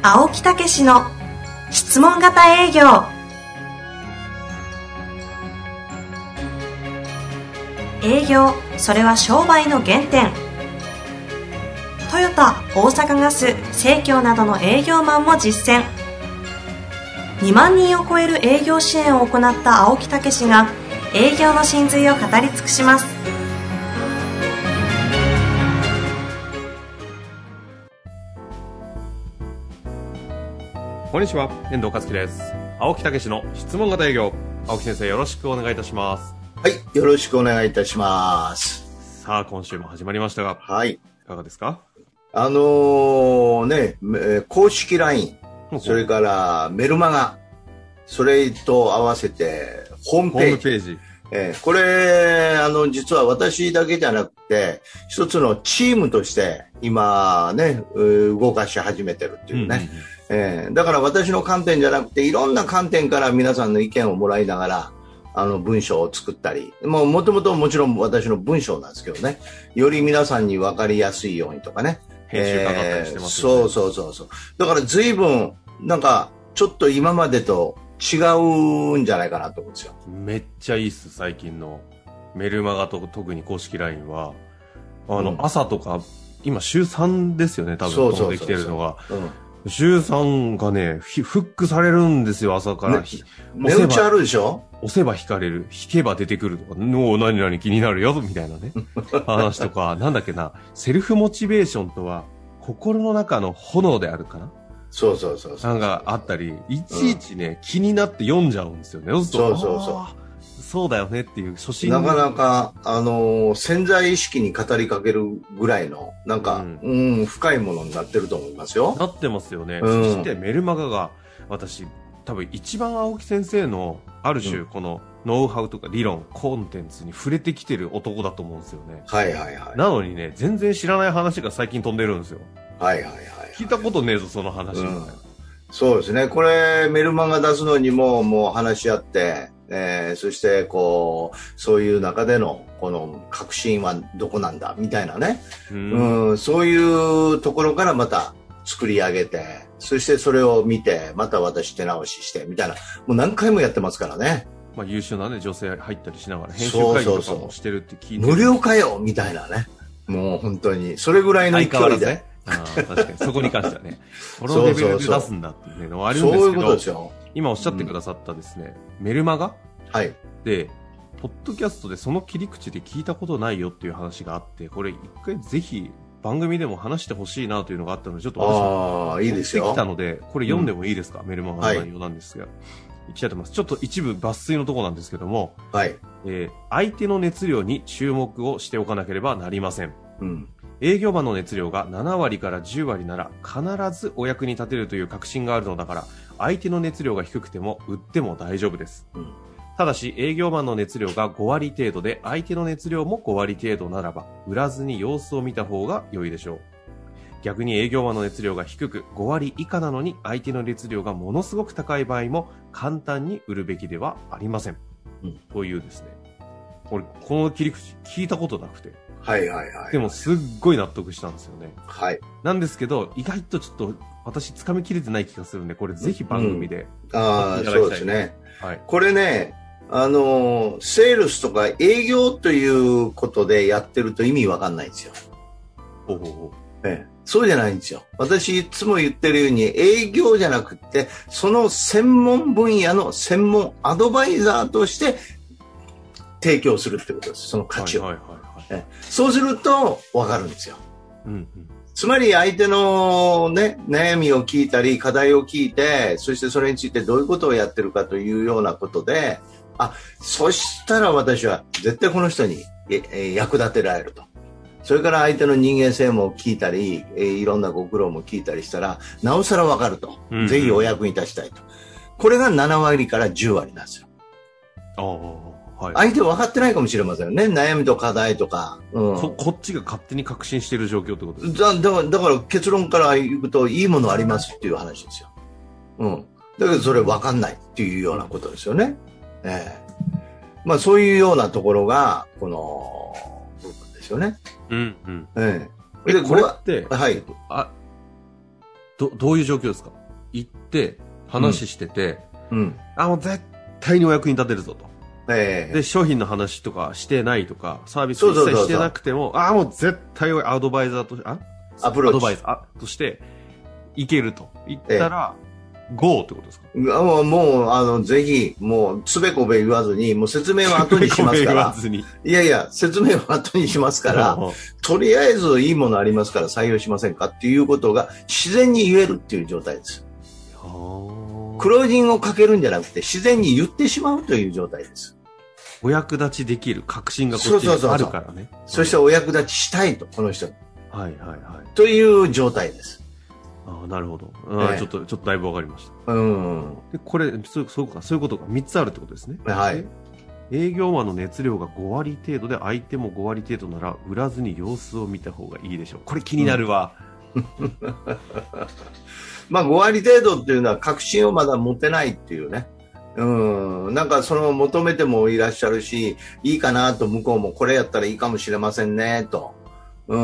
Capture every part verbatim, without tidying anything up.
青木武氏の質問型営業。営業、それは商売の原点。トヨタ、大阪ガス、生協などの営業マンも実践。にまんにんを超える営業支援を行った青木武氏が営業の真髄を語り尽くします。 こんにちは、遠藤和樹です。青木武の質問型営業。青木先生、よろしくお願いいたします。 はい、よろしくお願いいたします。 さあ、今週も始まりましたが、 はい、 いかがですか？ あのー、ね、えー、公式 ライン、それからメルマガ、それと合わせてホームページ。ホームページ。えー、これ、あの、実は私だけじゃなくて、一つのチームとして今ね、動かし始めてるっていうね。うんうんうん、えー、だから私の観点じゃなくて、いろんな観点から皆さんの意見をもらいながら、あの文章を作ったり、もう元々もちろん私の文章なんですけどね、より皆さんに分かりやすいようにとかね。 編集かかったりしてますよね。 そうそうそうそう。だから随分、なんか、ちょっと今までと違うんじゃないかなと思うんですよ。 めっちゃいいっす、最近の。メルマガと特に公式 ラインは。あの、うん、朝とか、今週さんですよね、多分。そうそうそうそう。できてるのが。うん週さんがね、フックされるんですよ、朝から。ね、 値打ちあるでしょ？ 押せば引かれる、引けば出てくるとか、もう何々気になるよ、みたいなね。話とか、なんだっけな、セルフモチベーションとは、心の中の炎であるかな？ そうそうそうそう。 なんかあったり、いちいちね、うん、気になって読んじゃうんですよね。そうそうそう。 そうだよねっていう初心なかなか、あのー、潜在意識に語りかけるぐらいの、なんか、うん、うん、深いものになってると思いますよ。 なってますよね。うん、そしてメルマガが、私、多分一番青木先生の、ある種、この、ノウハウとか理論、コンテンツに触れてきてる男だと思うんですよね。 はいはいはい。 なのにね、全然知らない話が最近飛んでるんですよ。 はいはいはい、はい。 聞いたことねえぞ、その話、うん。 そうですね。これ、メルマガ出すのにも、もう話し合って、えー、そしてこうそういう中でのこの確信はどこなんだみたいなね、うん、うん、そういうところからまた作り上げて、そしてそれを見てまた私手直ししてみたいな、もう何回もやってますからね。 まあ、優秀な、ね、女性入ったりしながら編集会議とかもしてるって聞いてる。 無料かよみたいなね、もう本当にそれぐらいの勢いで、ね、 あ確かにそこに関してはねこのレベルで出すんだっていうのはあるんですけど、そういうことですよ。今おっしゃってくださったですね、うん、メルマガ、 はい、でポッドキャストでその切り口で聞いたことないよっていう話があって、これ一回ぜひ番組でも話してほしいなというのがあったので、ちょっと私もいいですよ。 持ってきたので、これ読んでもいいですか、うん、メルマガの内容なんですが、はい、いきたいと思います。ちょっと一部抜粋のところなんですけども、 はい、 えー、相手の熱量に注目をしておかなければなりません。 うん、 営業マンの熱量がななわりからじゅうわりなら必ずお役に立てるという確信があるのだから、相手の熱量が低くても売っても大丈夫です。うん、ただし営業マンの熱量がごわり程度で相手の熱量もごわり程度ならば売らずに様子を見た方が良いでしょう。逆に営業マンの熱量が低くごわり以下なのに相手の熱量がものすごく高い場合も簡単に売るべきではありません。うん、というですね、俺この切り口聞いたことなくて、 はいはいはい、 でもすっごい納得したんですよね。 はい。 なんですけど意外とちょっと私掴みきれてない気がするんで、これぜひ番組で、 うん、ああそうですね、はい、これね、あのセールスとか営業ということでやってると意味わかんないんですよ。 ほうほうほう、ええ、そうじゃないんですよ。私いつも言ってるように営業じゃなくてその専門分野の専門アドバイザーとして提供するってことです。その価値を、はいはいはいはい、ええ、そうするとわかるんですよ。うんうん、つまり相手の、ね、悩みを聞いたり課題を聞いて、そしてそれについてどういうことをやってるかというようなことで、あ、そしたら私は絶対この人に役立てられると。それから相手の人間性も聞いたり、いろんなご苦労も聞いたりしたらなおさらわかると、うんうん、ぜひお役に立ちたいと。これがななわりからじゅうわりなんですよ。 あ、はい、 相手分かってないかもしれませんね、悩みと課題とか、 うん、こ, こっちが勝手に確信している状況ってことですか？だ, だ, からだから結論から言うといいものありますっていう話ですよ。うん、だけどそれ分かんないっていうようなことですよね。えーまあ、そういうようなところがこの部分ですよね。 うんうん。 えー、でこれって、 はい、 あど、どういう状況ですか？行って、話してて、 うん。うん、 あ、もう絶対にお役に立てるぞと。 ええ、 で、商品の話とかしてないとか、サービス一切してなくても、ああ、もう絶対アドバイザーとして、あアプローチ。 アドバイザーとして、いけると言ったら、ええ、ゴーってことですか？ もう、もう、あの、ぜひ、もう、つべこべ言わずに、もう説明は後にしますから。いやいや、説明は後にしますから、とりあえずいいものありますから採用しませんかっていうことが自然に言えるっていう状態です。クロージングをかけるんじゃなくて、自然に言ってしまうという状態です。 お役立ちできる確信がこっちにあるからね。 そしてお役立ちしたいと、この人に。 はいはいはい。 という状態です。 ああ、なるほど。あ、ええ、ちょっと、ちょっとだいぶわかりました。 うん。 で、これ、そうそうか、そういうことがみっつあるってことですね。 はい。 営業マンの熱量がごわり程度で相手もごわり程度なら売らずに様子を見た方がいいでしょう。これ気になるわ。うん、 まあごわり程度っていうのは確信をまだ持てないっていうね。うん。なんかその求めてもいらっしゃるし、いいかなと向こうもこれやったらいいかもしれませんねと。うん。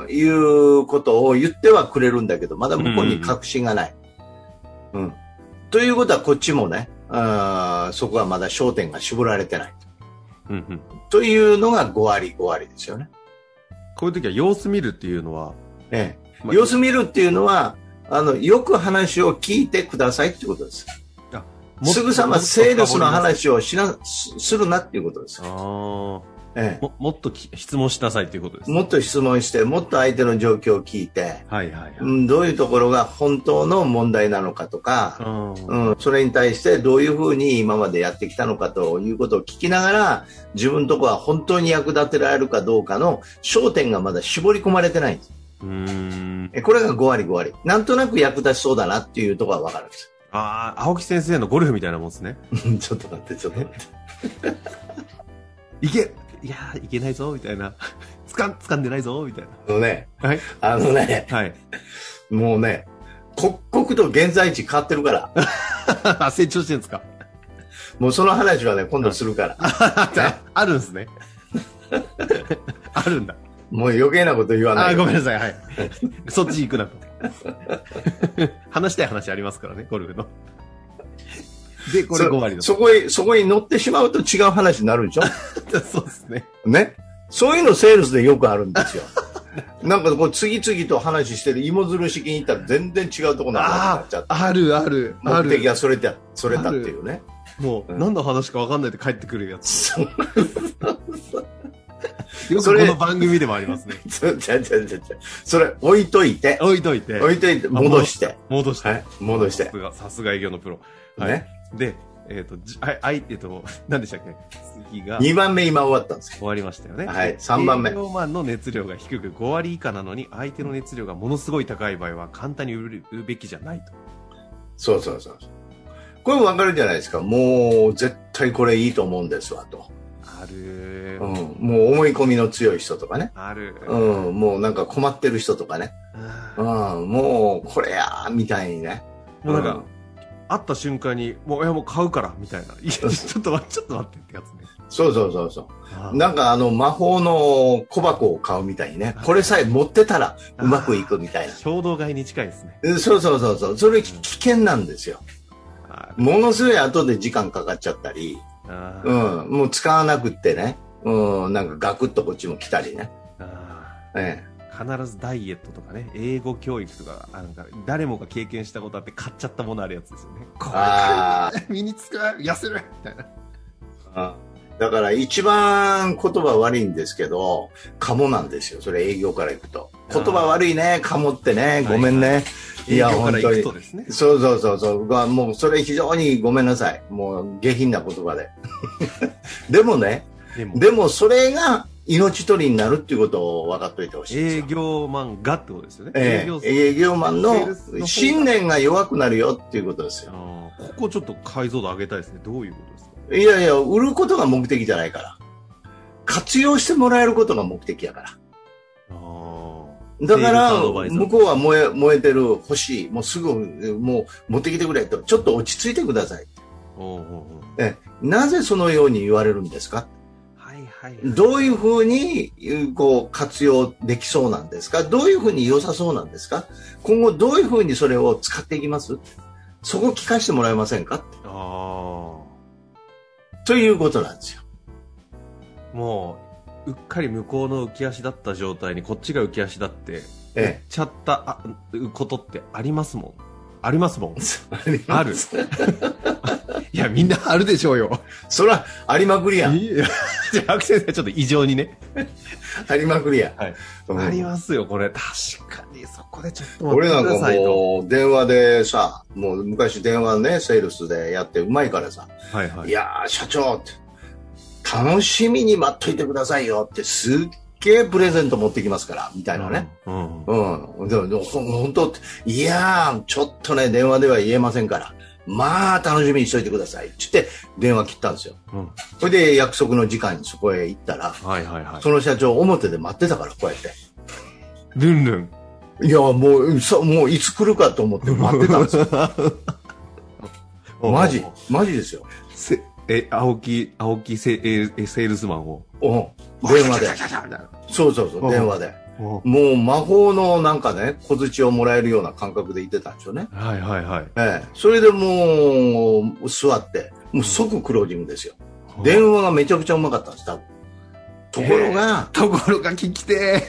いうことを言ってはくれるんだけど、まだ向こうに確信がない。うん。うん、ということはこっちもね、あそこはまだ焦点が絞られてない。うんうん、というのがごわりごわりですよね。 こういう時は様子見るっていうのは、 ええ、まあ、様子見るっていうのは、あの、よく話を聞いてくださいっていうことです。あ、すぐさまセールスの話をしな、するなっていうことです。あ、 ええ、も, もっと質問しなさいということです、ね。 もっと質問して、もっと相手の状況を聞いて、 はいはいはい、 うん、どういうところが本当の問題なのかとか、うん、それに対してどういうふうに今までやってきたのかということを聞きながら、自分のところは本当に役立てられるかどうかの焦点がまだ絞り込まれてないんです。うーん、これがごわりごわり。なんとなく役立ちそうだなっていうところはわかるんです。 ああ、青木先生のゴルフみたいなもんですね。 ちょっと待って、ちょっと待って。 いけいやー、いけないぞみたいな、つかん掴んでないぞみたいな。 あのね、 はい、 あのね、 はい、 もうね、刻々と現在地変わってるから。 成長してるんですか？ もうその話はね、今度するから。 ね、あるんですね。あるんだ。 もう余計なこと言わない。 あ、ごめんなさい、はい。そっち行くなと。話したい話ありますからね、ゴルフの。で、これごわりの。 そこへ、そこに乗ってしまうと違う話になるでしょ。 そうですね。 ね。そういうのセールスでよくあるんですよ。なんかこう次々と話してる芋づる式に行ったら全然違うところになっちゃった。 あるある。 目的がそれた、それたっていうね。 もう、うん、何の話か分かんないで帰ってくるやつ。そう。 よくこの番組でもありますね。 それ、ちゃちゃちゃちゃ。それ置いといて。 置いといて。 置いといて、戻して。 戻して。 はい。戻して。 さすが、さすが営業のプロ。はい。ね。で、えっ、ー、と、あ、あい、えっ、ー、と、何でしたっけ？次が。 にばんめ今終わったんですよ。 終わりましたよね。 はい。さんばんめ。 営業マンの熱量が低くごわり以下なのに、相手の熱量がものすごい高い場合は簡単に売るべきじゃないと。 そうそうそう。これもわかるじゃないですか。もう、絶対これいいと思うんですわ、と。 ある、 うん。もう思い込みの強い人とかね。 ある。 うん。もうなんか困ってる人とかね。うん。もう、これやー、みたいにね。 もうなんか、うん、会った瞬間に、もう、いや、もう買うから、みたいな。いや、ちょっと待って、ちょっと待ってってやつね。 そうそうそうそう。なんかあの、魔法の小箱を買うみたいにね。これさえ持ってたらうまくいくみたいな。 衝動買いに近いですね。 そうそうそうそう。それ危険なんですよ。ものすごい後で時間かかっちゃったり、うん、もう使わなくってね。うん、なんかガクッとこっちも来たりね。 ええ、必ずダイエットとかね、英語教育とか、なんか誰もが経験したことあって買っちゃったものあるやつですよね。ああ。身につく、痩せるみたいな。 あ、だから一番言葉悪いんですけど、カモなんですよ。それ営業から行くと。言葉悪いね、カモってね、ごめんね。はいはい、いや、本当に。そうそうそうそう。もうそれ非常にごめんなさい。もう下品な言葉で。でもね、でも、でもそれが命取りになるっていうことを分かっといてほしいですよ。 営業マンがってことですよね。 えー、営業マンの信念が弱くなるよっていうことですよ。 あ、ここちょっと解像度上げたいですね。どういうことですか？ いやいや、売ることが目的じゃないから。活用してもらえることが目的やから。だから、向こうは燃え、燃えてる、欲しい、もうすぐ、もう持ってきてくれと、ちょっと落ち着いてください。おうおうおう、え、なぜそのように言われるんですか？ はいはどういうふうにこう活用できそうなんですか？どういうふうに良さそうなんですか？今後どういうふうにそれを使っていきます？そこ聞かせてもらえませんか？ あということなんですよ。 もううっかり向こうの浮き足だった状態にこっちが浮き足だってええ言っちゃったあことってありますもん。ありますもん。 あある。いやみんなあるでしょうよ。 そらありまくりやん。 いやじゃあ、青木先生ちょっと異常にね。 ありまくりや。 はい。 うん、 ありますよ、これ。確かに、そこでちょっと待って俺なんかくださいと。 もう、電話でさ、もう昔電話ね、セールスでやってうまいからさ、 はいはい。 いやー、社長って、楽しみに待っといてくださいよって、すっげープレゼント持ってきますから、みたいなね。 うん。うん。 うん。でも、でも本当、いやー、ちょっとね、電話では言えませんから、まあ、楽しみにしといてください。って言って、電話切ったんですよ。 うん。 それで、約束の時間にそこへ行ったら、 はいはいはい。 その社長、表で待ってたから、こうやって。 ルンルン。 いや、もう、そもういつ来るかと思って待ってたんですよ。マジ、マジですよ。 せえ、青木、青木セえセールスマンを。 うん。電話で。そうそうそう、電話で。もう魔法のなんかね、小槌をもらえるような感覚で言ってたんですよね。 はいはいはい。 ええ。それでもう、座って、もう即クロージングですよ。電話がめちゃくちゃうまかったんです、多分。ところが、 ところが聞きて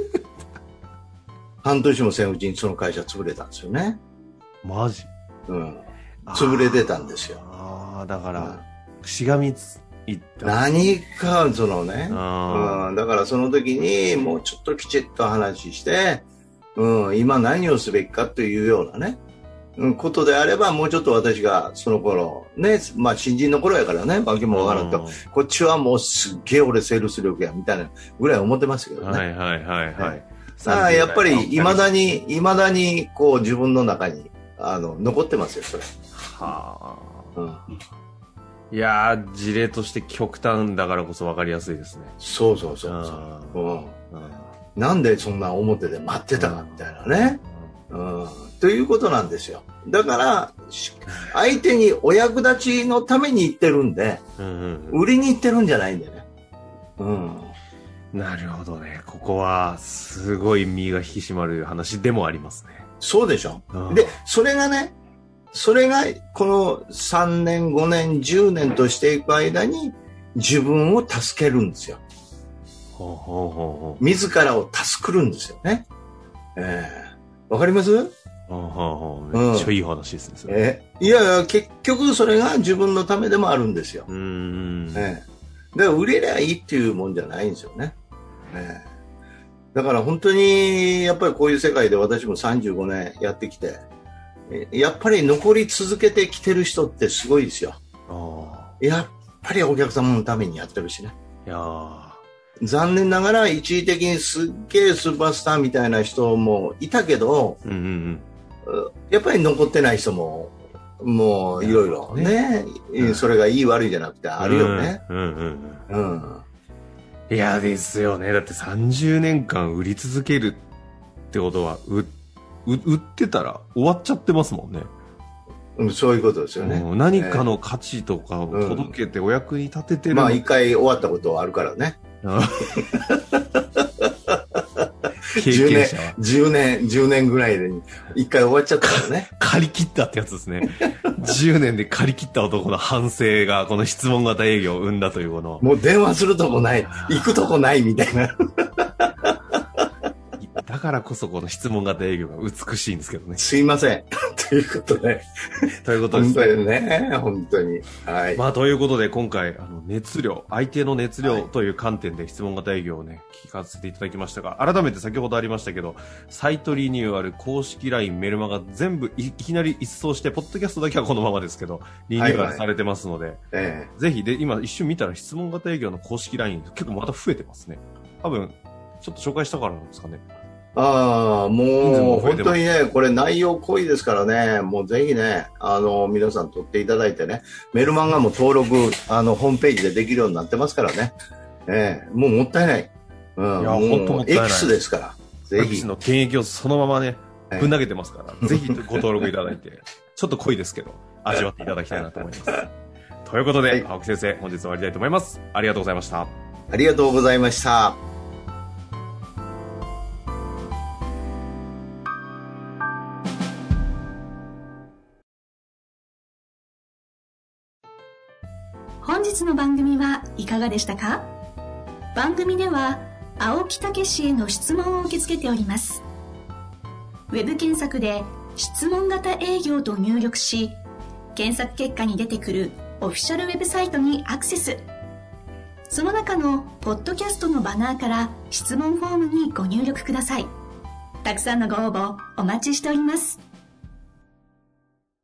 半年もせんうちにその会社潰れたんですよね。 マジ？ うん。潰れてたんですよ。 ああ、だから、しがみついった。 何か、そのね、 うん、 だからその時にもうちょっときちっと話して、うん、今何をすべきかというようなね、うん、ことであれば、もうちょっと私がその頃、ね、まあ新人の頃やからね、わけもわからんと、うん、こっちはもうすっげえ俺セールス力や、みたいなぐらい思ってますけどね。 はいはいはいはい。 さあ、やっぱり未だに、未だにこう自分の中に、あの、残ってますよ、それ。 はあ。 うんいやー、事例として極端だからこそ分かりやすいですね。 そうそうそうそう、うん、なんでそんな表で待ってたかみたいなね、うんうん、ということなんですよ。だから相手にお役立ちのために言ってるんで、うんうんうん、売りに行ってるんじゃないんでね、うん、 なるほどね。ここはすごい身が引き締まる話でもありますね。 そうでしょ、うん、でそれがねそれがこのさんねんごねんじゅうねんとしていく間に自分を助けるんですよ。 ほうほうほうほう。 自らを助けるんですよね。えー、わかります？ ほうほうほう。めっちゃいい話ですね。 うん、えー、いやいや結局それが自分のためでもあるんですよ。 うーん、 えー、だから売れりゃいいっていうもんじゃないんですよね。えー、だから本当にやっぱりこういう世界で私もさんじゅうごねんやってきて。やっぱり残り続けてきてる人ってすごいですよ。 あやっぱりお客様のためにやってるしね。 いや残念ながら一時的にすっげえスーパースターみたいな人もいたけど、 うんうんうん、 やっぱり残ってない人ももういろいろね、うん、それがいい悪いじゃなくてあるよね。 うんうんうんうん、いやですよね。だってさんじゅうねんかん売り続けるってことは売って売ってたら終わっちゃってますもんね。 うん、そういうことですよね。 うん、何かの価値とかを届けてお役に立ててる、 うん、まあ一回終わったことはあるからね。 経験者はじゅうねん、じゅうねんぐらいで一回終わっちゃったからね。 借り切ったってやつですね。じゅうねんで借り切った男の反省がこの質問型営業を生んだというこの。 もう電話するとこない、行くとこないみたいな。 だからこそこの質問型営業が美しいんですけどね。 すいません。ということで。 ということですね。本当にね。本当に。はい。 まあということで今回、あの熱量、相手の熱量という観点で質問型営業をね、聞かせていただきましたが、改めて先ほどありましたけど、サイトリニューアル、公式 ライン、メルマガ全部 い, いきなり一掃して、ポッドキャストだけはこのままですけど、リニューアルされてますので、はいはいええ、ぜひ、で、今一瞬見たら質問型営業の公式 ライン、結構また増えてますね。多分、ちょっと紹介したからなんですかね。 ああ、もう、本当にね、これ内容濃いですからね、もうぜひね、あの、皆さん取っていただいてね、メルマガも登録、あの、ホームページでできるようになってますからね。ええ、もうもったいない。うん。いや、本当もったいない。X ですから。ぜひ。 X の現役をそのままね、ぶん投げてますから、ええ、ぜひご登録いただいて、ちょっと濃いですけど、味わっていただきたいなと思います。ということで、はい、青木先生、本日終わりたいと思います。ありがとうございました。 ありがとうございました。 本日の番組はいかがでしたか？番組では青木武氏への質問を受け付けております。ウェブ検索で質問型営業と入力し、検索結果に出てくるオフィシャルウェブサイトにアクセス。その中のポッドキャストのバナーから質問フォームにご入力ください。たくさんのご応募お待ちしております。